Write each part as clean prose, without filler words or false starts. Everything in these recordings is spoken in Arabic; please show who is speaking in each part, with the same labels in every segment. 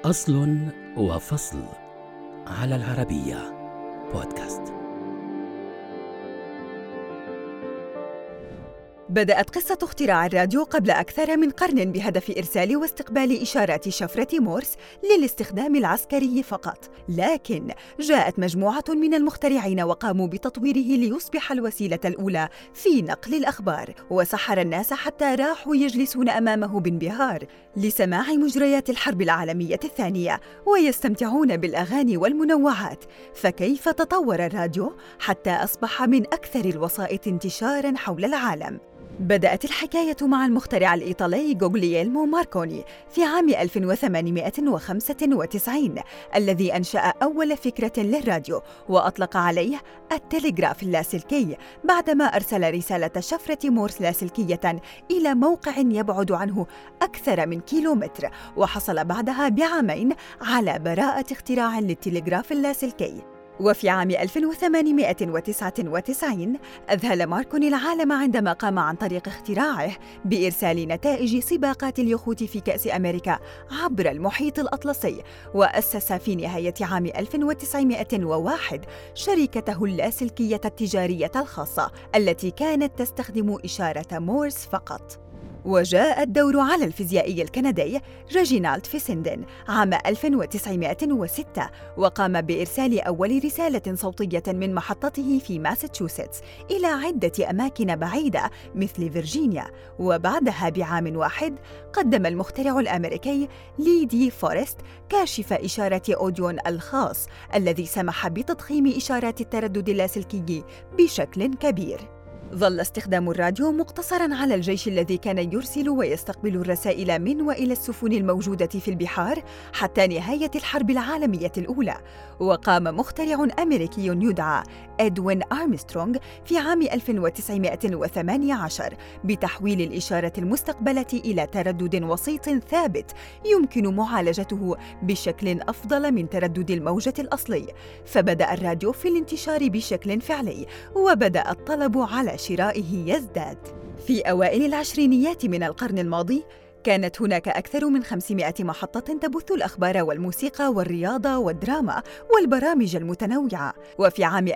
Speaker 1: أصل وفصل على العربية بودكاست.
Speaker 2: بدأت قصة اختراع الراديو قبل أكثر من قرن بهدف إرسال واستقبال إشارات شفرة مورس للاستخدام العسكري فقط، لكن جاءت مجموعة من المخترعين وقاموا بتطويره ليصبح الوسيلة الأولى في نقل الأخبار، وسحر الناس حتى راحوا يجلسون أمامه بانبهار لسماع مجريات الحرب العالمية الثانية ويستمتعون بالأغاني والمنوعات. فكيف تطور الراديو حتى أصبح من أكثر الوسائط انتشاراً حول العالم؟ بدأت الحكاية مع المخترع الإيطالي غوغلييلمو ماركوني في عام 1895 الذي أنشأ أول فكرة للراديو وأطلق عليه التلغراف اللاسلكي بعدما أرسل رسالة شفرة مورس لاسلكية إلى موقع يبعد عنه أكثر من كيلومتر، وحصل بعدها بعامين على براءة اختراع للتلغراف اللاسلكي. وفي عام 1899 أذهل ماركوني العالم عندما قام عن طريق اختراعه بإرسال نتائج سباقات اليخوت في كأس أمريكا عبر المحيط الأطلسي، وأسس في نهاية عام 1901 شركته اللاسلكية التجارية الخاصة التي كانت تستخدم إشارة مورس فقط. وجاء الدور على الفيزيائي الكندي ريجينالد فيسندن عام 1906 وقام بإرسال أول رسالة صوتية من محطته في ماساتشوستس إلى عدة أماكن بعيدة مثل فيرجينيا. وبعدها بعام واحد قدم المخترع الأمريكي لي دي فورست كاشف إشارة أوديون الخاص الذي سمح بتضخيم إشارات التردد اللاسلكي بشكل كبير. ظل استخدام الراديو مقتصراً على الجيش الذي كان يرسل ويستقبل الرسائل من وإلى السفن الموجودة في البحار حتى نهاية الحرب العالمية الأولى. وقام مخترع أمريكي يدعى إدوين أرمسترونغ في عام 1918 بتحويل الإشارة المستقبلة إلى تردد وسيط ثابت يمكن معالجته بشكل أفضل من تردد الموجة الأصلي. فبدأ الراديو في الانتشار بشكل فعلي، وبدأ الطلب على شرائه يزداد. في أوائل العشرينيات من القرن الماضي كانت هناك أكثر من 500 محطة تبث الأخبار والموسيقى والرياضة والدراما والبرامج المتنوعة. وفي عام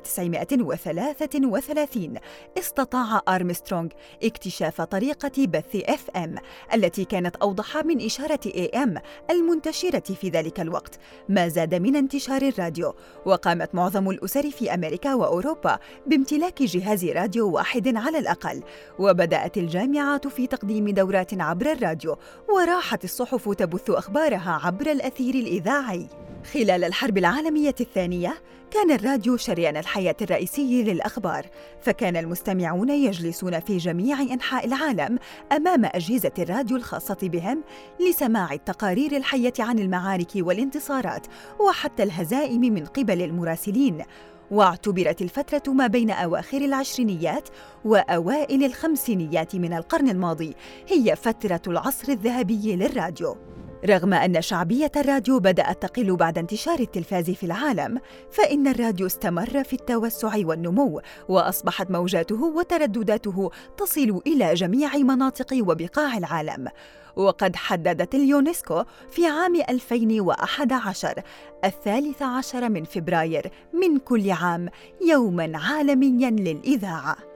Speaker 2: 1933 استطاع أرمسترونغ اكتشاف طريقة بث FM التي كانت أوضح من إشارة AM المنتشرة في ذلك الوقت، ما زاد من انتشار الراديو. وقامت معظم الأسر في أمريكا وأوروبا بامتلاك جهاز راديو واحد على الأقل، وبدأت الجامعات في تقديم دورات عبر الراديو، وراحت الصحف تبث أخبارها عبر الأثير الإذاعي. خلال الحرب العالمية الثانية كان الراديو شريان الحياة الرئيسي للأخبار، فكان المستمعون يجلسون في جميع أنحاء العالم أمام أجهزة الراديو الخاصة بهم لسماع التقارير الحية عن المعارك والانتصارات وحتى الهزائم من قبل المراسلين. واعتبرت الفترة ما بين أواخر العشرينيات وأوائل الخمسينيات من القرن الماضي هي فترة العصر الذهبي للراديو. رغم أن شعبية الراديو بدأت تقل بعد انتشار التلفاز في العالم، فإن الراديو استمر في التوسع والنمو، وأصبحت موجاته وتردداته تصل إلى جميع مناطق وبقاع العالم. وقد حددت اليونسكو في عام 2011 13 من فبراير من كل عام يوماً عالمياً للإذاعة.